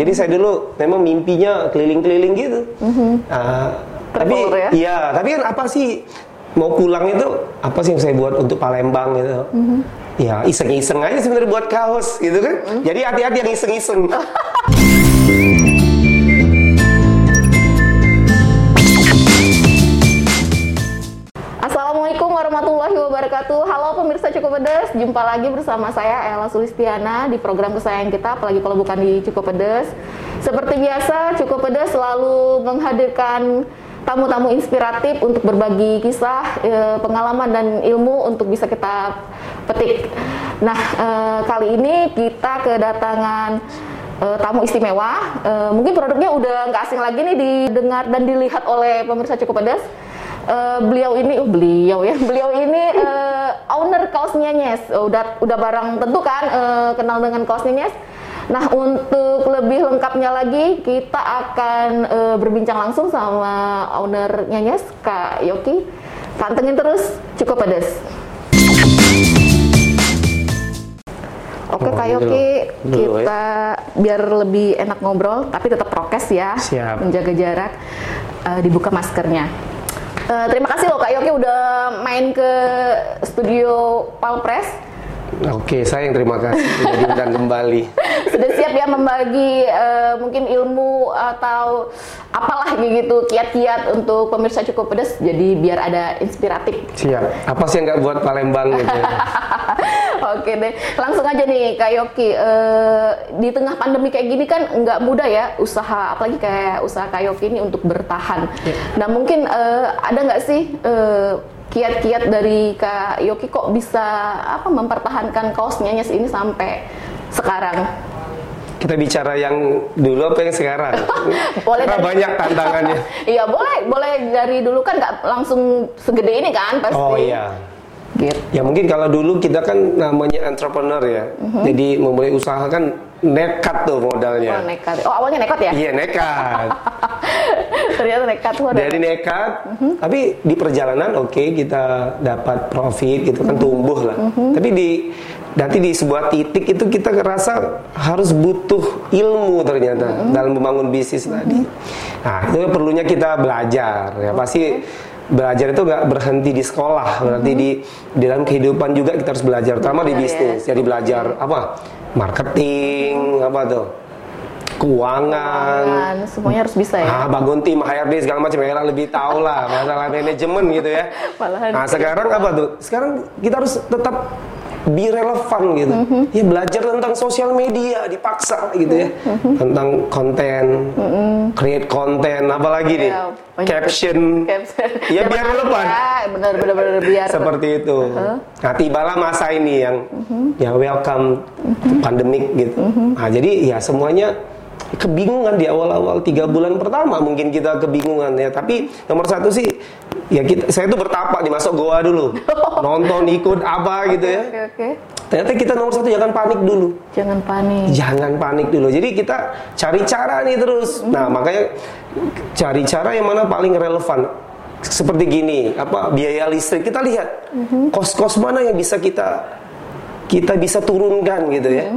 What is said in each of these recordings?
Jadi saya dulu memang mimpinya keliling-keliling gitu. Tapi ya, tapi kan apa sih mau pulang itu apa sih yang saya buat untuk Palembang gitu? Ya iseng-iseng aja sebenarnya buat kaos gitu kan. Jadi hati-hati yang iseng-iseng. Assalamualaikum warahmatullahi wabarakatuh. Halo pemirsa Cukup Pedes, jumpa lagi bersama saya Ella Sulistiana di program kesayangan kita, apalagi kalau bukan di Cukup Pedes. Seperti biasa, Cukup Pedes selalu menghadirkan tamu-tamu inspiratif untuk berbagi kisah, pengalaman dan ilmu untuk bisa kita petik. Nah, kali ini kita kedatangan tamu istimewa. Mungkin produknya udah nggak asing lagi nih didengar dan dilihat oleh pemirsa Cukup Pedes. Beliau ini owner kaos Nyenyes. Udah barang tentu kan kenal dengan kaos Nyenyes. Nah, untuk lebih lengkapnya lagi kita akan berbincang langsung sama owner Nyenyes, Kak Yoki. Pantengin terus Cukup Pedes. Oke, Kak Yoki, kita biar lebih enak ngobrol tapi tetap prokes ya. Siap. Menjaga jarak. Dibuka maskernya. Terima kasih loh Kak Yoki udah main ke studio Palpres. Oke, saya yang terima kasih sudah diundang kembali. Sudah siap ya membagi mungkin ilmu atau apalah gitu, kiat-kiat untuk pemirsa Cukup Pedes, jadi biar ada inspiratif. Siap. Apa sih yang nggak buat Palembang gitu ya? Oke deh, langsung aja nih Kak Yoki. Di tengah pandemi kayak gini kan nggak mudah ya usaha, apalagi kayak usaha Kak Yoki ini untuk bertahan. Nah mungkin ada nggak sih kiat-kiat dari Kak Yoki kok bisa mempertahankan kaos Nyenyes ini sampai sekarang? Kita bicara yang dulu apa yang sekarang? Boleh karena banyak tantangannya. Iya boleh dari dulu kan nggak langsung segede ini kan pasti. Oh iya. Gitu. Ya mungkin kalau dulu kita kan namanya entrepreneur ya, jadi memulai usaha kan nekat tuh modalnya. Oh nekat. Oh awalnya nekat ya? Iya nekat. Ternyata nekat tuh. Dari nekat, tapi di perjalanan oke, kita dapat profit gitu kan, tumbuh lah. Tapi nanti di sebuah titik itu kita ngerasa harus butuh ilmu ternyata dalam membangun bisnis tadi. Nah itu perlunya kita belajar ya, pasti. Belajar itu nggak berhenti di sekolah, berarti di dalam kehidupan juga kita harus belajar, terutama di bisnis. Jadi belajar apa? Marketing, apa tuh? Keuangan, semuanya harus bisa ya. Bangun tim, HRD segala macam, Era lebih tahu lah masalah manajemen gitu ya. Nah sekarang apa tuh? Sekarang kita harus tetap be relevan gitu. Ya belajar tentang sosial media dipaksa gitu ya. Tentang konten, create konten, apalagi nih? Caption. Ya biar relevan. Ya, benar biar. Seperti itu. Nah, tibalah masa ini yang ya welcome pandemic gitu. Nah, jadi ya semuanya kebingungan di awal-awal 3 bulan pertama, mungkin kita kebingungan ya, tapi nomor satu sih ya saya tuh bertapa di masuk goa dulu, nonton ikut apa gitu ya. Oke. Ternyata kita nomor satu jangan panik dulu. Jangan panik dulu. Jadi kita cari cara nih terus. Nah makanya cari cara yang mana paling relevan. Seperti gini, biaya listrik kita lihat, kos-kos mana yang bisa kita bisa turunkan gitu ya.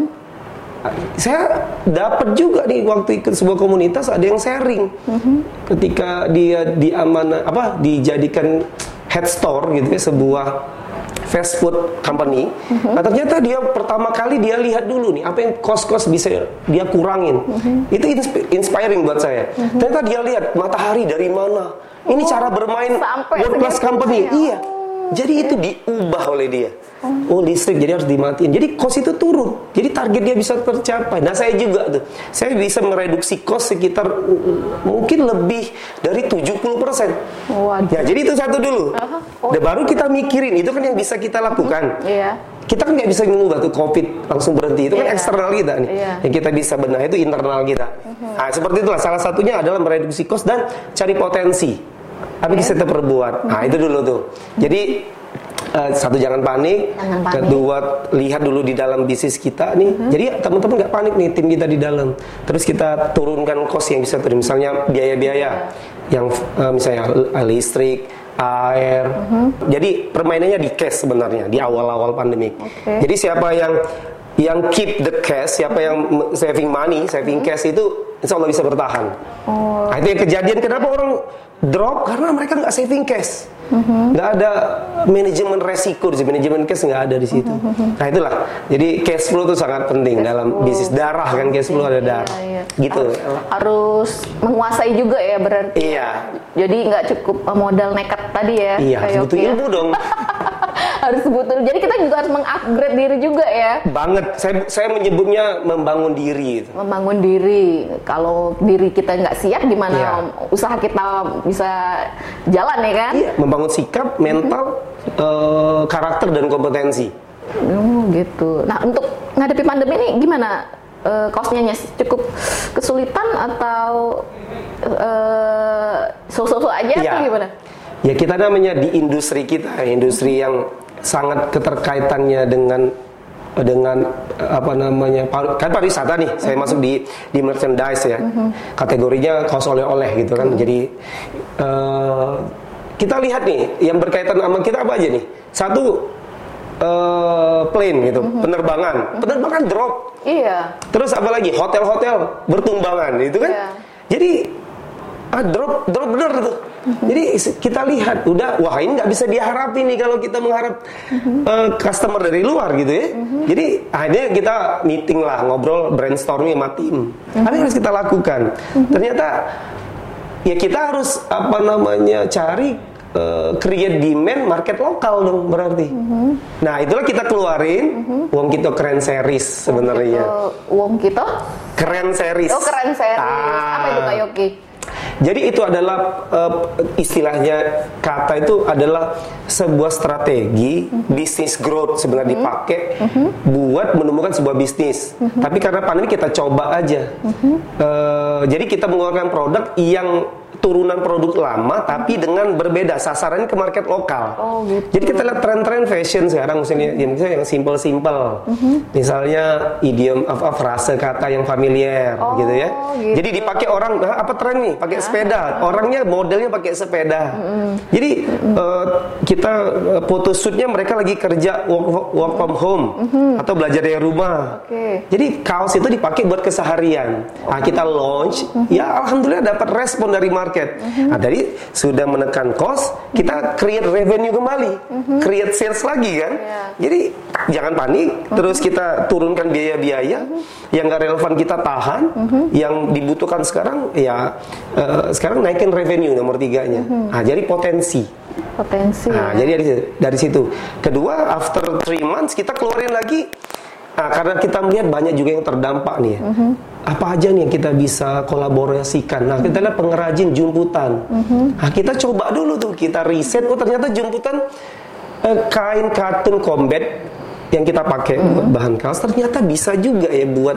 Saya dapat juga nih waktu ikut sebuah komunitas ada yang sharing ketika dia dijadikan head store gitu ya, sebuah fast food company. Nah ternyata dia pertama kali dia lihat dulu nih apa yang kos-kos bisa dia kurangin. Itu inspiring buat saya. Ternyata dia lihat matahari dari mana. Ini cara bermain world class company. Iya. Jadi itu diubah oleh dia. Oh listrik jadi harus dimatiin. Jadi cost itu turun. Jadi target dia bisa tercapai. Nah saya juga tuh. Saya bisa mereduksi cost sekitar mungkin lebih dari 70%. Ya jadi itu satu dulu. Dan baru kita mikirin itu kan yang bisa kita lakukan. Kita kan nggak bisa mengubah tuh COVID langsung berhenti. Itu kan eksternal kita nih. Yang kita bisa benahi itu internal kita. Nah seperti itulah. Salah satunya adalah mereduksi cost dan cari potensi. Tapi bisa kita perbuat. Nah itu dulu tuh. Jadi satu jangan panik. Kedua lihat dulu di dalam bisnis kita nih. Jadi teman-teman nggak panik nih tim kita di dalam. Terus kita turunkan cost yang bisa turun. Misalnya biaya-biaya yang misalnya listrik, air. Jadi permainannya di cash sebenarnya di awal-awal pandemi. Jadi siapa yang yang keep the cash, siapa yang saving money, saving cash itu insya Allah bisa bertahan. Nah, itu yang kejadian kenapa orang drop, karena mereka nggak saving cash, nggak ada manajemen resiko, manajemen cash nggak ada di situ. Nah itulah, jadi cash flow itu sangat penting dalam bisnis darah kan, cash flow ada darah, gitu. Harus menguasai juga ya berarti. Iya. Jadi nggak cukup modal nekat tadi ya. Iya, butuh ilmu dong. Harus butuh. Jadi kita juga harus mengupgrade diri juga ya. Banget. Saya menyebutnya membangun diri. Membangun diri. Kalau diri kita nggak siap, gimana usaha kita bisa jalan ya kan? Iya. Membangun sikap, mental, karakter dan kompetensi. Gitu. Nah, untuk ngadepi pandemi ini gimana? Kosnya cukup kesulitan atau so-so aja atau gimana? Ya kita namanya di industri kita, industri yang sangat keterkaitannya dengan apa namanya, kan pariwisata nih. Saya masuk di merchandise ya. Kategorinya kaos oleh-oleh gitu kan. Jadi kita lihat nih yang berkaitan sama kita apa aja nih. Satu, plane gitu, penerbangan drop. Iya. Terus apa lagi? Hotel-hotel bertumbangan itu kan. Iya. Jadi drop bener tuh. Jadi kita lihat udah, wah ini nggak bisa diharapin nih kalau kita mengharap customer dari luar gitu ya. Jadi akhirnya kita meeting lah, ngobrol, brainstorming sama tim. Apa yang harus kita lakukan? Ternyata ya kita harus apa namanya cari create demand market lokal dong berarti. Nah itulah kita keluarin Wong Kito Keren Series sebenarnya. Wong Kito Keren Series. Oh, Keren Series. Apa itu Kak Yoki? Jadi itu adalah istilahnya kata itu adalah sebuah strategi bisnis growth sebenarnya dipakai buat menemukan sebuah bisnis. Tapi karena pandemi kita coba aja. Jadi kita mengeluarkan produk yang turunan produk lama tapi dengan berbeda, sasarannya ke market lokal. Gitu. Jadi kita lihat tren-tren fashion sekarang misalnya yang simple-simple. Misalnya idiom frase kata yang familiar gitu ya. Gitu. Jadi dipakai orang, apa tren nih? Pakai sepeda. Orangnya modelnya pakai sepeda. Jadi kita photoshootnya mereka lagi kerja work from home atau belajar dari rumah. Jadi kaos itu dipakai buat keseharian. Nah, kita launch, ya alhamdulillah dapat respon dari market. Nah, dari sudah menekan cost, kita create revenue kembali, create sales lagi kan. Jadi jangan panik, terus kita turunkan biaya-biaya yang nggak relevan kita tahan, yang dibutuhkan sekarang ya sekarang naikin revenue nomor 3-nya. Nah, jadi potensi. Nah, jadi dari situ. Kedua, after 3 months kita keluarin lagi. Nah, karena kita melihat banyak juga yang terdampak nih ya. Apa aja nih yang kita bisa kolaborasikan. Nah, kita lihat pengrajin jumputan. Nah, kita coba dulu tuh, kita riset. Oh, ternyata jumputan kain katun combat yang kita pakai buat bahan kaos ternyata bisa juga ya buat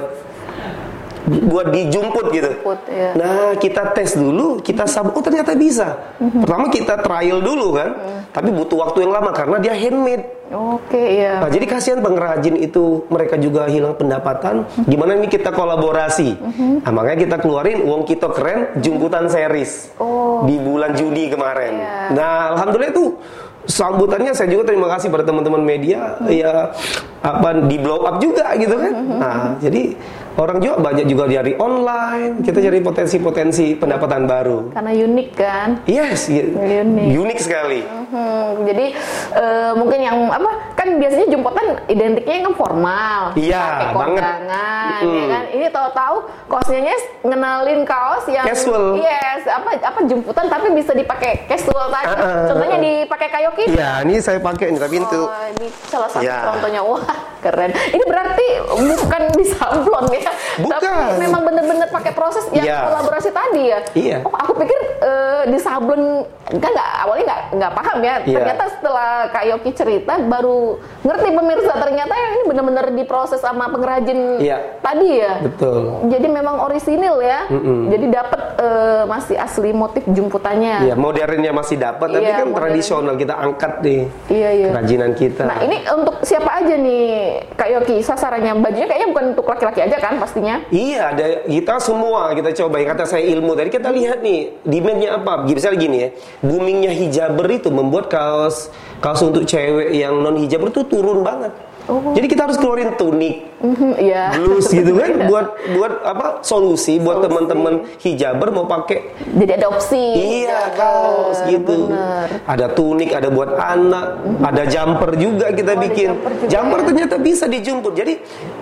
dijumput gitu. Nah, kita tes dulu, kita oh ternyata bisa. Pertama kita trial dulu kan. Tapi butuh waktu yang lama karena dia handmade. Nah, jadi kasihan pengrajin itu, mereka juga hilang pendapatan. Gimana ini kita kolaborasi? Nah, makanya kita keluarin Wong Kito Keren Jumputan Series di bulan Juni kemarin. Nah, alhamdulillah itu sambutannya saya juga terima kasih pada teman-teman media ya di blow up juga gitu kan. Nah, jadi orang juga banyak juga dari online, kita cari potensi-potensi pendapatan baru. Karena unik kan? Yes, unik sekali. Jadi mungkin yang kan biasanya jumputan identiknya yang formal, iya banget. Ya kan? Ini tahu-tahu kaosnya ngenalin kaos yang casual. Yes, apa jumputan tapi bisa dipakai casual tadi. Contohnya dipakai Kayoki. Iya, ini saya pakai ini tapi itu. Ini salah satu contohnya. Wah, keren. Ini berarti bukan di sablon ya. Bukan. Tapi memang benar-benar pakai proses yang kolaborasi tadi ya. Iya. Oh, aku pikir di sablon kan awalnya nggak paham ya. Ternyata setelah Kak Yoki cerita baru ngerti pemirsa, ternyata yang ini benar-benar diproses sama pengrajin tadi ya. Betul. Jadi memang orisinil ya. Jadi dapat masih asli motif jumputannya. Iya, modernnya masih dapat, tapi kan tradisional kita angkat di kerajinan kita. Nah, ini untuk siapa aja nih Kak Yoki sasarannya? Bajunya kayaknya bukan untuk laki-laki aja kan pastinya? Iya, ada kita semua kita coba. Yang kata saya ilmu tadi kita lihat nih demandnya apa. Misalnya gini ya, boomingnya hijaber itu membuat kaos untuk cewek yang non hijaber itu turun banget. Jadi kita harus keluarin tunik, blus gitu kan, buat apa solusi buat teman-teman hijaber mau pakai. Jadi ada opsi. Iya, kaos gitu. Bener. Ada tunik, ada buat anak, ada jumper juga kita bikin. Jumper ternyata bisa dijemput. Jadi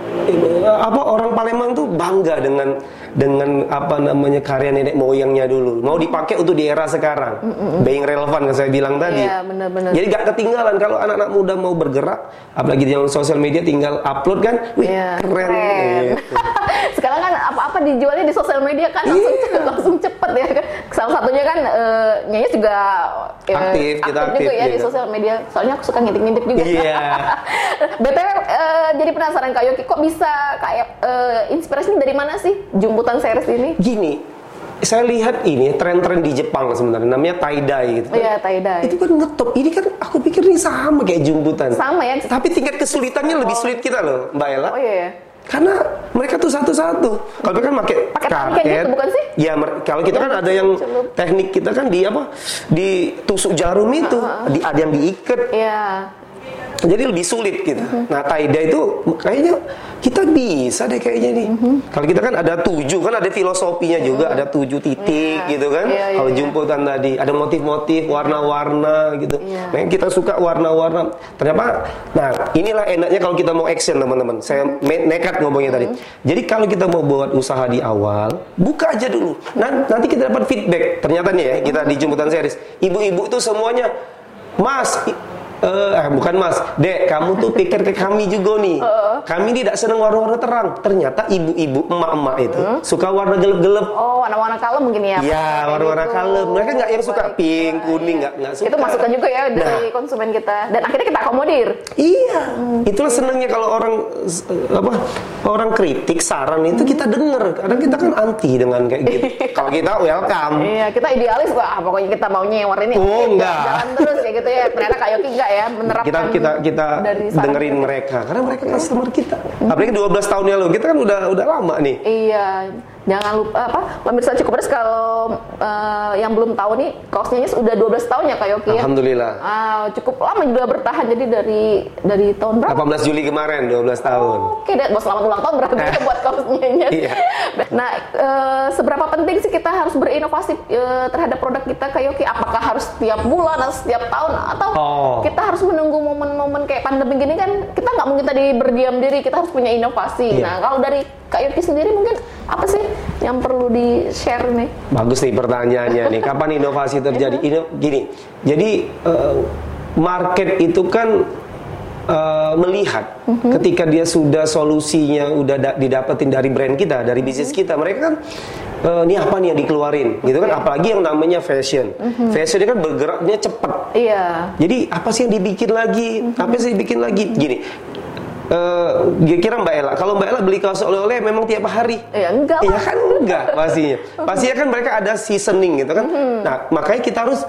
apa orang Palembang tuh bangga dengan apa namanya karya nenek moyangnya dulu. Mau dipakai untuk di era sekarang. Being relevan yang saya bilang tadi. Iya, benar-benar. Jadi gak ketinggalan kalau anak-anak muda mau bergerak, apalagi di sosial media tinggal upload kan, wih keren. Gitu. Sekarang kan apa-apa dijualnya di sosial media kan langsung cepet ya kan. Salah satunya kan Nyanya juga aktif juga ya di sosial media. Soalnya aku suka ngintip-ngintip juga. Iya. BTW jadi penasaran Kak Yoki, kok bisa kayak inspirasinya dari mana sih jumputan series ini? Gini, saya lihat ini tren-tren di Jepang sebenarnya namanya tie-dye gitu. Iya, tie-dye. Itu kan ngetop. Ini kan aku pikir ini sama kayak jumputan. Sama ya. Tapi tingkat kesulitannya lebih sulit kita loh, Mbak Ella. Oh iya. Karena mereka tuh satu-satu. Kalau kan pakai karet, gitu, bukan sih? Ya, kalau kita kan ada yang teknik kita kan di apa? Ditusuk jarum itu, ada yang diikat. Iya. Jadi lebih sulit gitu. Nah, tie-dye itu kayaknya kita bisa deh kayaknya nih. Kalau kita kan ada 7, kan ada filosofinya juga, ada 7 titik gitu kan. Kalau jumputan tadi ada motif-motif, warna-warna gitu. Nah, kita suka warna-warna. Ternyata, nah inilah enaknya kalau kita mau action teman-teman. Saya nekat ngomongnya tadi. Jadi kalau kita mau buat usaha di awal, buka aja dulu. Nanti kita dapat feedback. Ternyata nih ya, kita di jumputan series, ibu-ibu tuh semuanya, Mas, bukan Mas, Dek, kamu tuh pikir ke kami juga nih. Kami tidak senang warna-warna terang. Ternyata ibu-ibu, emak-emak itu suka warna gelap-gelap. Oh, warna-warna kalem mungkin ya? Iya, warna-warna kalem. Mereka nggak yang suka pink, kuning, nggak suka. Itu masukan juga ya dari konsumen kita. Dan akhirnya kita akomodir. Iya, itulah senangnya kalau orang kritik, saran itu kita denger. Karena kita kan anti dengan kayak gitu. Kalau kita welcome. Iya, kita idealis, wah pokoknya kita maunya warna ini. Oh, enggak. Jalan terus kayak gitu ya. Ternyata Kak Yoki enggak ya menerapkan. Kita dengerin mereka karena mereka customer kita. Apalagi 12 tahun yang lalu kita kan udah lama nih. Iya. Jangan lupa pemirsa Cukup Pedas kalau yang belum tahu nih kaosnya udah 12 tahun ya Kak Yoki ya. Alhamdulillah. Cukup lama juga bertahan, jadi dari tahun berapa? 18 Juli kemarin 12 tahun. Oke, selamat ulang tahun berarti buat kaosnya. Iya. Nah, seberapa penting sih kita harus berinovasi terhadap produk kita Kak Yoki? Apakah harus setiap bulan atau setiap tahun atau kita harus menunggu momen-momen kayak pandemi gini kan? Kita nggak mungkin tadi berdiam diri, kita harus punya inovasi. Nah, kalau dari Kak Yoki sendiri mungkin apa sih yang perlu di-share nih? Bagus nih pertanyaannya nih. Kapan inovasi terjadi? Gini, jadi market itu kan melihat ketika dia sudah solusinya udah didapetin dari brand kita, dari bisnis kita, mereka kan ini apa nih yang dikeluarin gitu kan, apalagi yang namanya fashion. Fashion ini kan bergeraknya cepat. Iya. Jadi apa sih yang dibikin lagi? Apa sih yang dibikin lagi? Gini. Kira Mbak Ella, kalau Mbak Ella beli kaos oleh-oleh memang tiap hari? Ya enggak. Iya kan enggak pastinya. Pastinya kan mereka ada seasoning gitu kan. Nah, makanya kita harus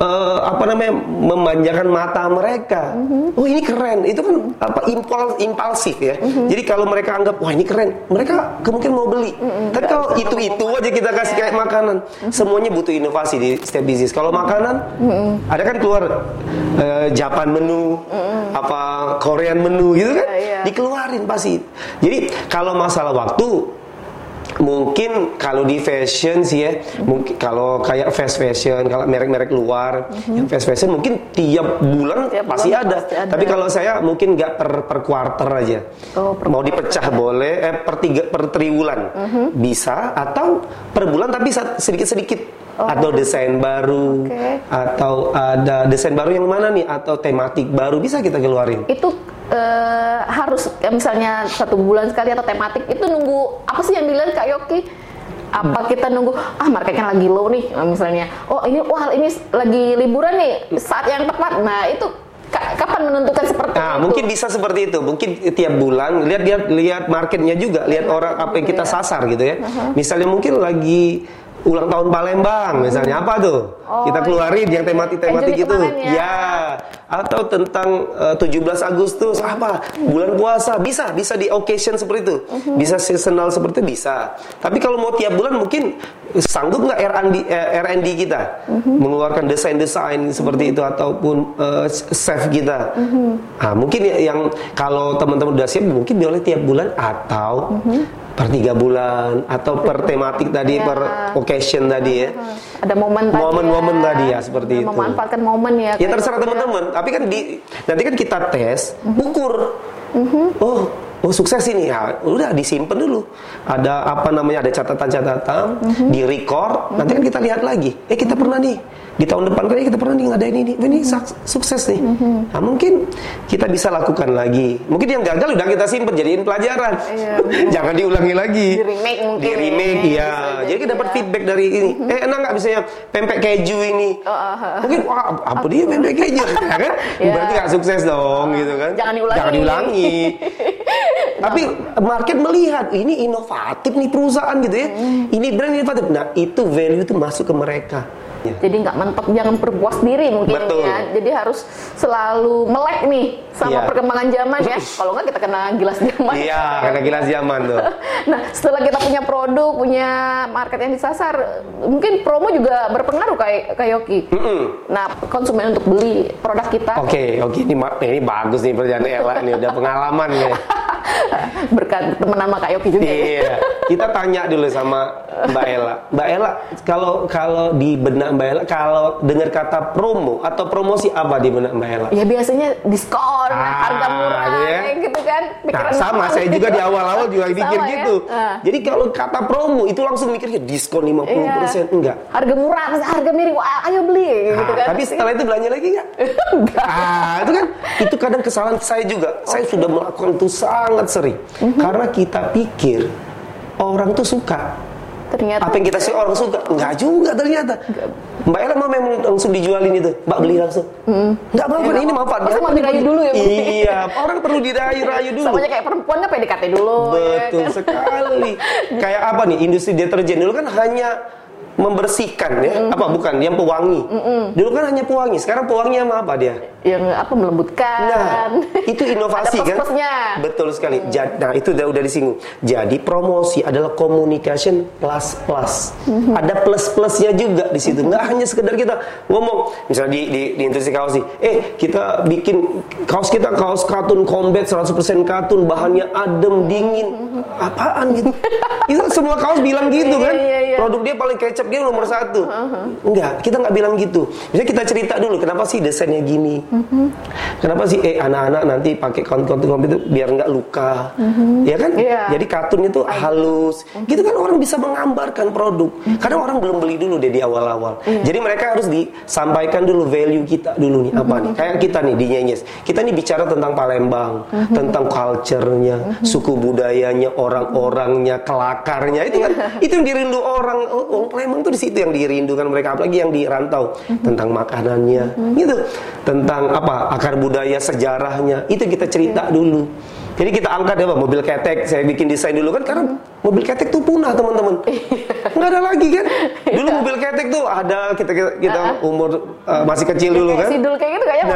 memanjakan mata mereka. Oh, ini keren. Itu kan impulsif ya. Jadi kalau mereka anggap wah ini keren, mereka kemungkinan mau beli. Tapi kalau itu aja kita kasih kayak makanan, semuanya butuh inovasi di setiap bisnis. Kalau makanan, ada kan keluar Japan menu, Korean menu gitu kan. Dikeluarin pasti. Jadi kalau masalah waktu, mungkin kalau di fashion sih ya, mungkin kalau kayak fast fashion, kalau merek-merek luar, yang fast fashion mungkin tiap bulan pasti ada. Tapi kalau saya mungkin nggak per quarter aja. Mau dipecah boleh, per triwulan bisa, atau per bulan tapi sedikit-sedikit. Atau desain baru, atau ada desain baru yang mana nih, atau tematik baru bisa kita keluarin. Itu harus misalnya 1 bulan sekali atau tematik, itu nunggu apa sih yang dilihat Kak Yoki? Apa kita nunggu marketnya lagi low nih misalnya, ini lagi liburan nih, saat yang tepat. Nah itu kapan menentukan seperti itu? Mungkin bisa seperti itu. Mungkin tiap bulan lihat marketnya juga, lihat orang apa yang kita sasar gitu ya. Misalnya mungkin lagi ulang tahun Palembang misalnya, apa tuh? Kita keluarin yang tematik gitu. Ya. Atau tentang 17 Agustus bulan puasa, bisa di occasion seperti itu. Bisa seasonal seperti itu bisa. Tapi kalau mau tiap bulan mungkin sanggup nggak R&D kita mengeluarkan desain-desain seperti itu ataupun chef kita. Nah, mungkin yang kalau teman-teman udah siap mungkin boleh tiap bulan atau per 3 bulan atau per tematik tadi, per occasion tadi ya. Ada momen tadi ya seperti itu. Memanfaatkan momen ya. Ya terserah teman-teman. Tapi kan nanti kan kita tes, ukur. Oh sukses ini ya, udah disimpan dulu. Ada ada catatan-catatan, di record. Nanti kan kita lihat lagi. Kita pernah nih di tahun depan kan kita pernah nih ngadain ini sukses nih. Nah, mungkin kita bisa lakukan lagi. Mungkin yang gagal udah kita simpan jadiin pelajaran. Jangan diulangi lagi. Di remake mungkin. Di remake ya. Jadi kita dapat feedback dari ini. Enak nggak misalnya pempek keju ini? Mungkin wah apa dia pempek keju? Ya kan? Berarti nggak sukses dong gitu kan? Jangan diulangi. Tapi market melihat ini inovatif nih perusahaan gitu ya. Ini brand inovatif. Nah, itu value itu masuk ke mereka. Jadi nggak mentok, jangan berpuas diri mungkin. Betul. Ya. Jadi harus selalu melek nih sama perkembangan zaman ya. Kalau nggak kita kena gilas zaman. Iya, kena gilas zaman tuh. Nah, setelah kita punya produk, punya market yang disasar, mungkin promo juga berpengaruh Kak Yoki. Nah, konsumen untuk beli produk kita. Oke, ini bagus nih perjalanan Ella nih, udah pengalaman nih. Berkat temenan sama Kak Yoki juga. Iya. Kita tanya dulu sama Mbak Ella. Mbak Ella, kalau di benak Mbak Ella, kalau dengar kata promo atau promosi apa di benak Mbak Ella? Ya biasanya diskon, harga murah, ya? gitu kan. Nah, sama, saya juga di awal-awal juga mikir gitu. Jadi kalau kata promo itu langsung mikirnya diskon 50%, enggak. Harga murah, harga miring, wah ayo beli, gitu kan. Tapi setelah itu belanja lagi enggak? Enggak. Itu kadang kesalahan saya juga. Saya sudah melakukan itu sangat sering. Karena kita pikir orang tuh suka. Ternyata apa yang kita sih orang suka? Enggak juga ternyata. Mbak Ella mau memang langsung dijualin itu, Mbak beli langsung. Enggak apa-apa, ini manfaat. Pasti mau dirayu dulu ya. Iya, orang perlu dirayu dulu. Sama aja kayak perempuan kan PDKT dulu. Betul sekali. Kayak apa nih, industri deterjen dulu kan hanya membersihkan ya, apa bukan yang pewangi. Dulu kan hanya pewangi, sekarang pewangi sama apa dia? Yang apa melembutkan. Nah, itu inovasi kan? Betul sekali. Nah, itu udah disinggung. Jadi promosi adalah communication plus. Ada plus-plusnya juga di situ. Nggak hanya sekedar kita ngomong, misalnya di industri kaos nih, kita bikin kaos katun combat 100% katun, bahannya adem, dingin. Apaan gitu? Itu semua kaos bilang gitu kan? Produk dia paling kecap, dia nomor 1. Enggak, kita nggak bilang gitu. Misalnya kita cerita dulu, kenapa sih desainnya gini? Kenapa sih anak-anak nanti pakai katun itu biar nggak luka? Ya kan? Jadi katun itu halus. Gitu kan orang bisa menggambarkan produk. Kadang orang belum beli dulu deh di awal-awal. Jadi mereka harus disampaikan dulu value kita dulu nih, apa nih? Kayak kita nih di Nyenyes. Kita nih bicara tentang Palembang, tentang culture-nya, suku budayanya, orang-orangnya, kelakarnya. Itu kan itu yang dirindu orang. Palembang tuh di situ yang dirindukan mereka, apalagi yang di rantau, tentang makanannya, gitu, tentang apa akar budaya, sejarahnya, itu kita cerita dulu. Jadi kita angkat ya, mobil ketek, saya bikin desain dulu kan, karena mobil ketek tuh punah teman-teman, nggak ada lagi kan. Dulu mobil ketek tuh ada kita umur masih kecil dulu kan. Sidul kayak gitu kayaknya.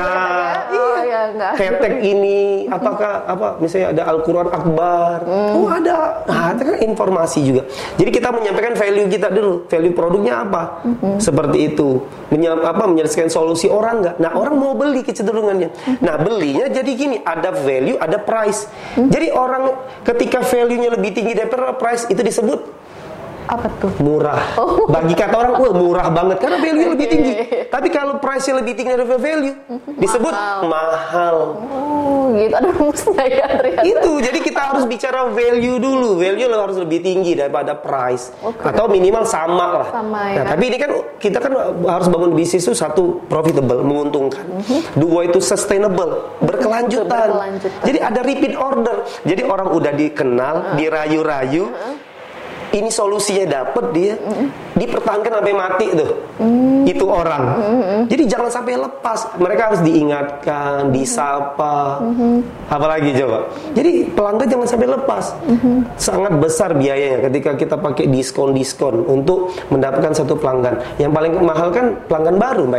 Nah, ketek ini apakah misalnya ada Al-Quran Akbar, ada. Nah, itu kan informasi juga. Jadi kita menyampaikan value kita dulu, value produknya apa, seperti itu. Menyelesaikan solusi orang nggak. Nah, orang mau beli kecenderungannya. Nah, belinya jadi gini, ada value, ada price. Jadi orang ketika value-nya lebih tinggi daripada price, itu disebut apa tuh? Murah. Bagi kata orang, murah banget karena value-nya lebih tinggi. Tapi kalau price-nya lebih tinggi dari value, disebut mahal. Gitu. Ada rumusnya ya ternyata. Itu, jadi kita harus bicara value dulu. Value harus lebih tinggi daripada price. Atau minimal sama lah. Nah, tapi ini kan kita kan harus bangun bisnis itu, satu profitable, menguntungkan. Dua itu sustainable, berkelanjutan. Jadi ada repeat order. Jadi orang udah dikenal, dirayu-rayu. Ini solusinya dapat, dia dipertahankan sampai mati tuh. Itu orang. Jadi jangan sampai lepas. Mereka harus diingatkan, disapa. Apalagi coba. Jadi pelanggan jangan sampai lepas. Sangat besar biayanya ketika kita pakai diskon untuk mendapatkan satu pelanggan. Yang paling mahal kan pelanggan baru, Mbak Ella.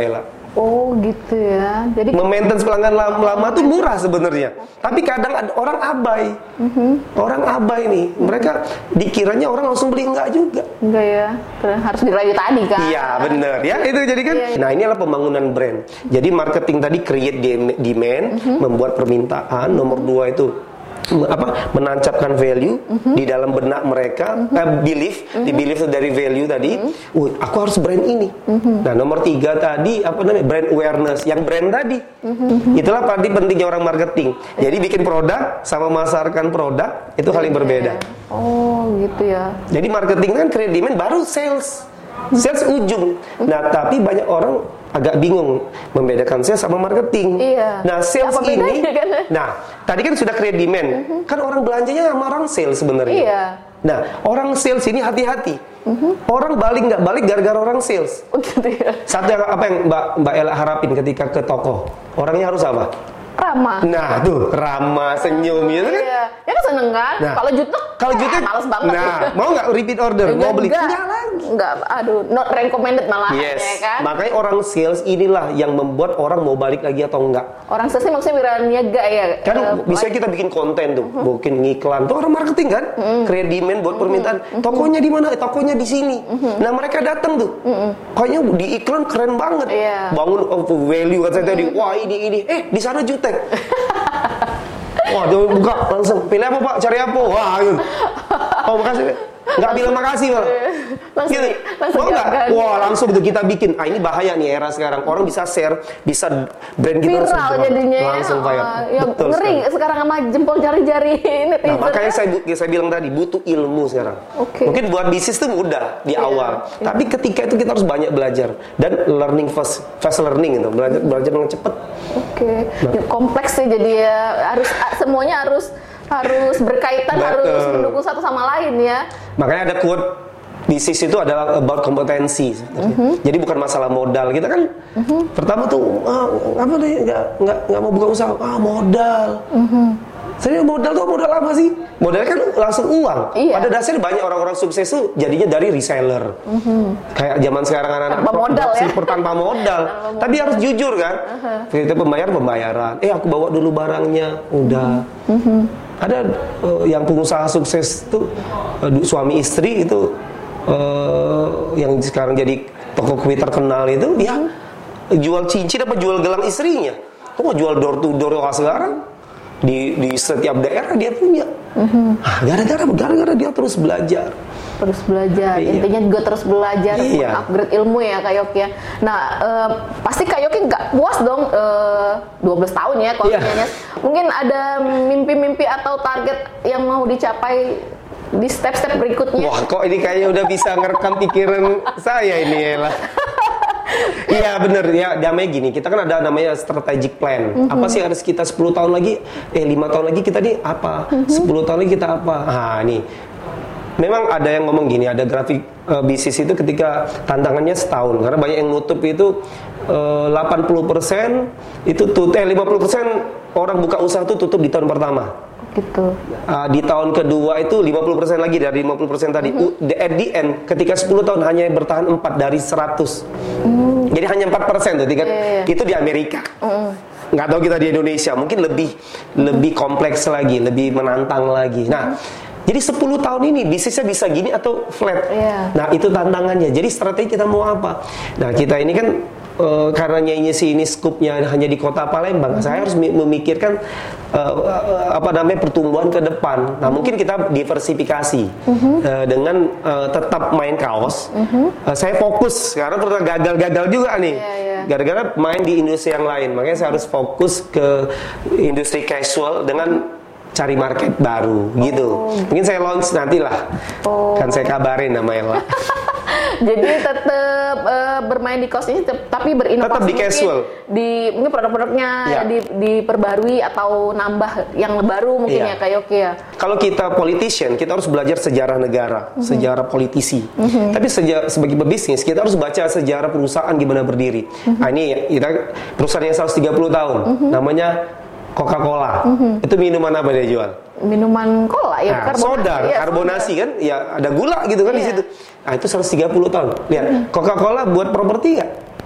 Oh gitu ya. Jadi maintenance pelanggan lama tuh murah sebenarnya. Tapi kadang ada orang abai. Orang abai nih. Mereka dikiranya orang langsung beli, enggak juga. Enggak ya. Harus dirayu tadi kan. Iya, benar ya. Itu jadi kan. Iya. Nah, ini adalah pembangunan brand. Jadi marketing tadi create demand, membuat permintaan. Nomor 2 itu menancapkan value di dalam benak mereka, belief, di belief dari value tadi. Aku harus brand ini. Nah, nomor 3 tadi brand awareness, yang brand tadi. Itulah tadi pentingnya orang marketing. Jadi bikin produk sama memasarkan produk itu hal yang berbeda. Oh, gitu ya. Jadi marketing kan create demand, baru sales ujung. Nah, tapi banyak orang agak bingung membedakan sales sama marketing. Iya. Nah, sales ini kan? Nah, tadi kan sudah create demand. Kan orang belanjanya sama orang sales sebenarnya. Iya. Nah, orang sales ini hati-hati. Orang nggak balik gara-gara orang sales. Oh, gitu ya. Satu yang apa yang Mbak Ella harapin ketika ke toko? Orangnya harus apa? Ramah. Nah, tuh ramah, senyum gitu kan? Iya. Ya kan seneng kan? Nah, kalau jutek males banget. Nah, mau nggak repeat order? Mau beli? Enggak lagi. Enggak, aduh, not recommended malah. Yes. Ya kan? Makanya orang sales inilah yang membuat orang mau balik lagi atau enggak. Orang sales ini maksudnya wira niaga ya. Kan bisa kita bikin konten tuh, bikin ngiklan. Tuh orang marketing kan? Create demand buat permintaan. Tokonya di mana? Tokonya di sini. Nah, mereka datang tuh. Kayaknya di iklan keren banget. Iya. Bangun value kan saya tadi. Wah, ini. Di sana jutek. Wah, dia buka langsung. Pilih apa, Pak? Cari apa? Wah, gitu. Oh, makasih. Nggak bilang makasih, Pak. Langsung, gitu. langsung Mau nggak? Wah, langsung tuh kita bikin. Ini bahaya nih era sekarang. Orang bisa share, bisa brand kita viral jadinya. Langsung viral. Ya, betul ngeri sekarang sama jempol jari-jari netizen. Nah, makanya saya bilang tadi butuh ilmu sekarang. Mungkin buat bisnis tuh mudah di awal. Tapi ketika itu kita harus banyak belajar dan learning fast learning gitu. Belajar dengan cepat. Nah. Kompleks sih, jadi ya semuanya harus berkaitan. Betul. Harus mendukung satu sama lain ya. Makanya ada quote, bisnis itu adalah about kompetensi. Jadi bukan masalah modal. Kita kan pertama tuh nggak mau buka usaha, modal. Sebenarnya modal tuh modal apa sih? Modalnya kan langsung uang. Iya. Pada dasarnya banyak orang-orang sukses tuh jadinya dari reseller. Kayak zaman sekarang anak-anak tanpa modal. Tapi harus jujur kan. Kita pembayaran. Aku bawa dulu barangnya, udah. Ada yang pengusaha sukses tuh suami istri itu yang sekarang jadi toko kue terkenal itu, ya jual cincin apa jual gelang istrinya. Tuh jual door to door sekarang. Di setiap daerah dia punya. Gara-gara dia terus belajar. Iya. Intinya juga terus belajar, upgrade ilmu ya Kak Yoki ya. Nah, pasti Kak Yoki nggak puas dong 12 tahun ya kontennya. Mungkin ada mimpi-mimpi atau target yang mau dicapai di step-step berikutnya. Wah, kok ini kayaknya udah bisa ngerekam pikiran saya ini Ella. Iya bener ya, namanya gini, kita kan ada namanya strategic plan. Apa sih harus kita 10 tahun lagi, 5 tahun lagi kita nih apa, 10 tahun lagi kita apa. Nah nih, memang ada yang ngomong gini, ada grafik bisnis itu ketika tantangannya setahun. Karena banyak yang nutup itu 80% itu 50% orang buka usaha itu tutup di tahun pertama. Gitu. Di tahun kedua itu 50% lagi dari 50% tadi. At the end, ketika 10 tahun hanya bertahan 4 dari 100. Jadi hanya 4% tuh. Itu di Amerika. Nggak tahu kita di Indonesia, mungkin lebih kompleks lagi, lebih menantang lagi. Nah, jadi 10 tahun ini bisnisnya bisa gini atau flat. Nah, itu tantangannya. Jadi strategi kita mau apa? Nah, kita ini kan karena ini skupnya hanya di kota Palembang, saya harus memikirkan pertumbuhan ke depan. Nah, mungkin kita diversifikasi dengan tetap main kaos. Saya fokus karena pernah gagal juga nih. Gara-gara main di industri yang lain, makanya saya harus fokus ke industri casual dengan cari market baru gitu. Mungkin saya launch nantilah. Kan saya kabarin nama Ella. Jadi tetap bermain di kaos ini, tapi berinovasi. Tetap di casual. Mungkin produk-produknya diperbarui atau nambah yang baru mungkin ya Kak Yoki ya. Kalau kita politician, kita harus belajar sejarah negara, sejarah politisi. Tapi sebagai pebisnis, kita harus baca sejarah perusahaan gimana berdiri. Nah ini kita perusahaan yang 130 tahun, namanya Coca-Cola. Itu minuman apa dia jual? Minuman cola ya, soda, karbonasi kan, ya ada gula gitu kan di situ. Nah itu 130 tahun. Lihat, Coca-Cola buat properti nggak?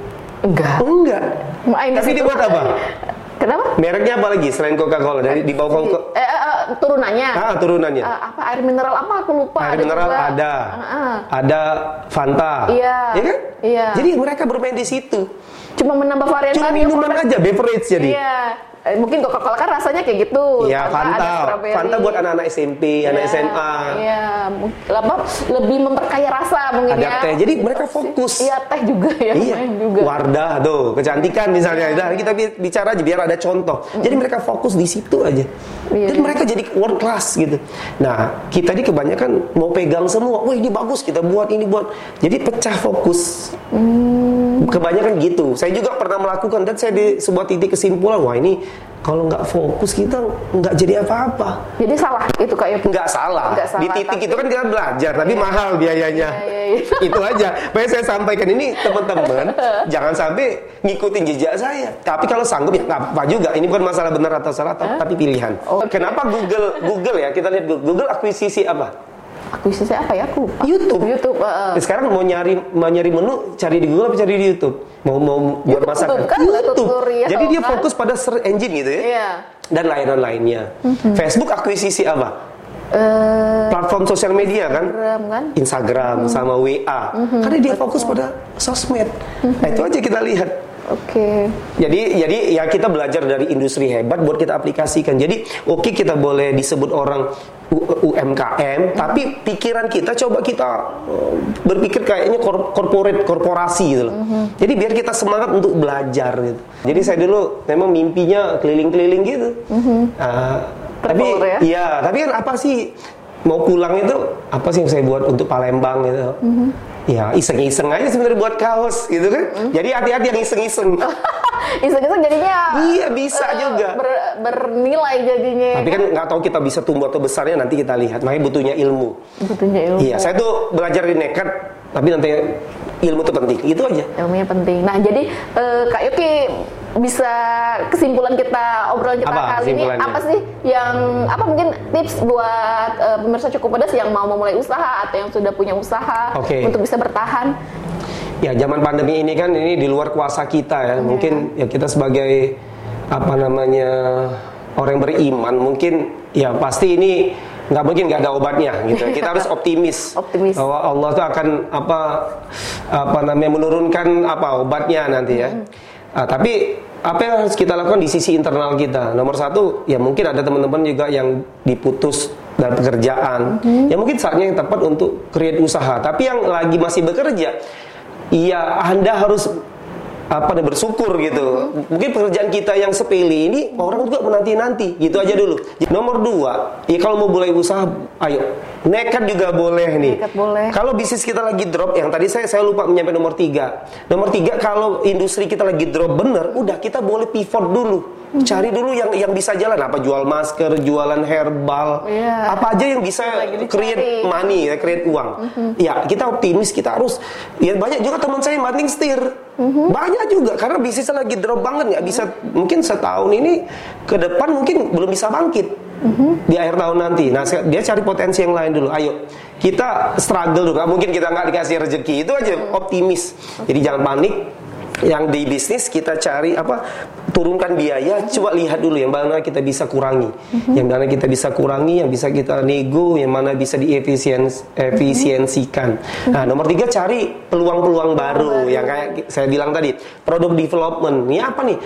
Enggak. Tapi dia buat apa? Kenapa? Mereknya apa lagi selain Coca-Cola? Dari di bawah turunannya. Turunannya. Apa air mineral apa aku lupa. Air mineral juga. Ada Fanta. Iya. Iya kan? Iya. Jadi mereka bermain di situ. Cuma menambah varian baru. Cuma minuman aja, beverage jadi. Iya. Mungkin Coca-Cola kan rasanya kayak gitu. Iya, Fanta buat anak-anak SMP, anak SMA. Iya, lebih memperkaya rasa mungkin ada teh, jadi mereka fokus. Iya, teh juga ya. Iya, juga. Wardah tuh, kecantikan misalnya. Nah, kita bicara aja biar ada contoh. Jadi mereka fokus di situ aja. Dan mereka jadi world class gitu. Nah, kita ini kebanyakan mau pegang semua. Wah, ini bagus, kita buat ini buat. Jadi pecah fokus. Kebanyakan gitu. Saya juga pernah melakukan dan saya di sebuah titik kesimpulan, wah ini kalau nggak fokus kita nggak jadi apa-apa. Jadi salah itu Kak Yopi? Nggak salah. Di titik itu kan kita belajar, tapi mahal biayanya. Itu aja. Makanya saya sampaikan ini teman-teman, jangan sampai ngikutin jejak saya. Tapi kalau sanggup ya nggak apa juga. Ini bukan masalah benar atau salah, tapi pilihan. Kenapa Google ya? Kita lihat Google akuisisi apa? Akuisisi apa ya? Aku lupa. YouTube. Sekarang mau nyari menu, cari di Google apa cari di YouTube? Mau buat masakan kan, YouTube. Jadi dia fokus pada search engine gitu ya. Iya. Dan lain-lainnya. Facebook akuisisi apa? Platform sosial media kan? Instagram sama WA. Karena dia fokus pada sosmed. Nah, itu aja kita lihat. Oke. Jadi ya kita belajar dari industri hebat buat kita aplikasikan. Jadi kita boleh disebut orang UMKM, tapi pikiran kita coba kita berpikir kayaknya korporasi gitu loh. Jadi biar kita semangat untuk belajar gitu. Jadi saya dulu memang mimpinya keliling-keliling gitu. Tapi kan apa sih mau pulang itu apa sih yang saya buat untuk Palembang gitu. Ya iseng-iseng aja sebenarnya buat kaos gitu kan. Jadi hati-hati yang iseng-iseng. Iseng-iseng jadinya iya bisa juga bernilai jadinya. Tapi kan nggak tahu kita bisa tumbuh atau besarnya, nanti kita lihat. Makanya butuhnya ilmu. Iya, saya tuh belajar di nekat, tapi nanti ilmu itu penting. Itu aja. Ilmunya penting. Nah, jadi Kak Yopi, bisa kesimpulan kita obrolan kita kali ini apa sih yang mungkin tips buat pemirsa Cukup Pedas yang mau memulai usaha atau yang sudah punya usaha untuk bisa bertahan? Ya, zaman pandemi ini kan ini di luar kuasa kita ya. Mungkin ya kita sebagai orang yang beriman mungkin ya pasti ini nggak mungkin nggak ada obatnya gitu. Kita harus optimis bahwa Allah tuh akan menurunkan obatnya nanti ya. Tapi apa yang harus kita lakukan di sisi internal kita? Nomor satu, ya mungkin ada teman-teman juga yang diputus dari pekerjaan. Ya mungkin saatnya yang tepat untuk create usaha. Tapi yang lagi masih bekerja, iya Anda harus bersyukur gitu. Mungkin pekerjaan kita yang sepele ini orang juga menanti-nanti. Gitu aja dulu. Nomor dua, ya kalau mau mulai usaha, ayo nekat juga boleh nih. Nekat boleh. Kalau bisnis kita lagi drop, yang tadi saya lupa menyampaikan nomor tiga. Nomor tiga, kalau industri kita lagi drop bener, udah kita boleh pivot dulu. Cari dulu yang bisa jalan, apa jual masker, jualan herbal, apa aja yang bisa create money, create uang. Ya kita optimis, kita harus. Ya banyak juga teman saya yang banting setir, banyak juga karena bisnisnya lagi drop banget, nggak bisa. Mungkin setahun ini ke depan mungkin belum bisa bangkit di akhir tahun nanti. Nah dia cari potensi yang lain dulu. Ayo kita struggle dulu. Mungkin kita nggak dikasih rezeki, itu aja optimis. Jadi jangan panik. Yang di bisnis kita cari turunkan biaya, coba lihat dulu yang mana kita bisa kurangi, yang mana kita bisa kurangi, yang bisa kita nego, yang mana bisa diefisiensikan. Nah, nomor tiga, cari peluang-peluang baru, yang kayak saya bilang tadi, product development. Ini apa nih?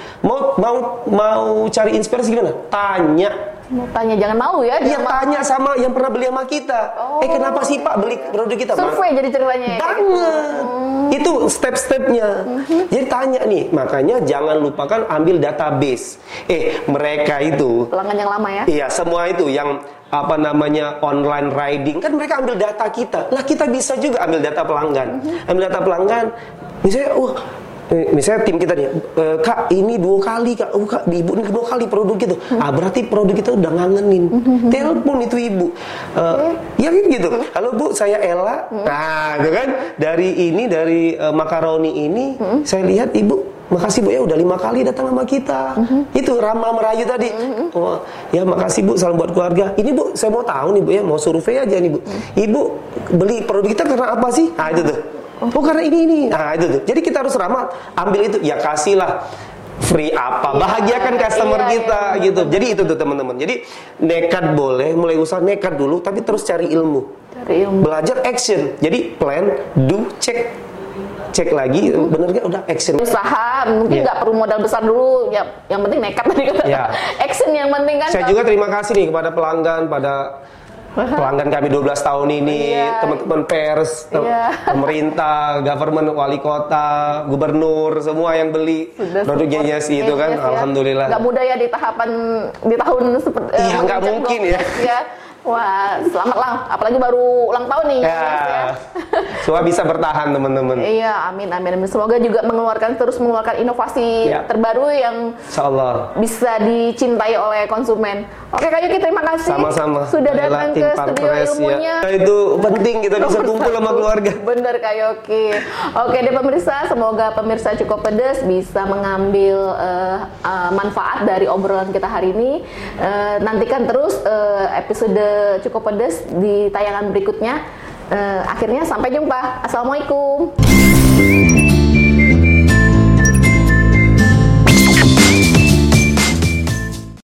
Mau cari inspirasi gimana? Tanya, jangan malu ya. Iya, tanya sama yang pernah beli sama kita. Kenapa sih Pak beli produk kita? Survei jadi ceritanya ya? Banget. Itu step-stepnya. Jadi tanya nih, makanya jangan lupakan ambil database. Mereka itu pelanggan yang lama ya? Iya, semua itu yang online riding, kan mereka ambil data kita. Lah kita bisa juga ambil data pelanggan. Ambil data pelanggan, misalnya tim kita nih, Kak ini 2 kali Kak, Kak ibu ini 2 kali produk gitu. Berarti produk kita udah ngangenin. Telepon itu ibu, ya gitu. Halo Bu, saya Ella. Nah, itu kan dari makaroni ini, saya lihat ibu, makasih Bu ya udah 5 kali datang sama kita. Itu ramah merayu tadi. Ya makasih Bu, salam buat keluarga. Ini Bu, saya mau tahu nih Bu ya, mau survei aja nih Bu. Ibu beli produk kita karena apa sih? Nah itu tuh. Oh karena ini. Nah itu tuh. Jadi kita harus ramah, ambil itu, ya kasihlah free apa, bahagiakan customer kita gitu. Jadi itu tuh teman-teman. Jadi nekat boleh, mulai usaha nekat dulu, tapi terus cari ilmu. Belajar action. Jadi plan, do, cek lagi, bener gak? Udah action. Usaha mungkin nggak perlu modal besar dulu, ya yang penting nekat tadi kan. Action yang penting kan. Saya juga terima kasih nih kepada pelanggan, pelanggan kami 12 tahun ini, teman-teman pers, pemerintah, government, wali kota, gubernur, semua yang beli produknya Yes itu kan, alhamdulillah. Gak mudah ya di tahun seperti. Iya nggak mungkin ya. Wah, selamat lah, apalagi baru ulang tahun nih. Ya. Semua bisa bertahan teman-teman. Iya, amin. Semoga juga terus mengeluarkan inovasi terbaru yang Insyaallah bisa dicintai oleh konsumen. Oke Kak Yoki, terima kasih. Sama-sama. Sudah datang ke studio ilmunya. Itu penting kita bisa kumpul sama keluarga. Bener Kak Yoki. Oke deh pemirsa, semoga pemirsa Cukup Pedes bisa mengambil manfaat dari obrolan kita hari ini. Nantikan terus episode Cukup Pedes di tayangan berikutnya. Akhirnya sampai jumpa. Assalamualaikum.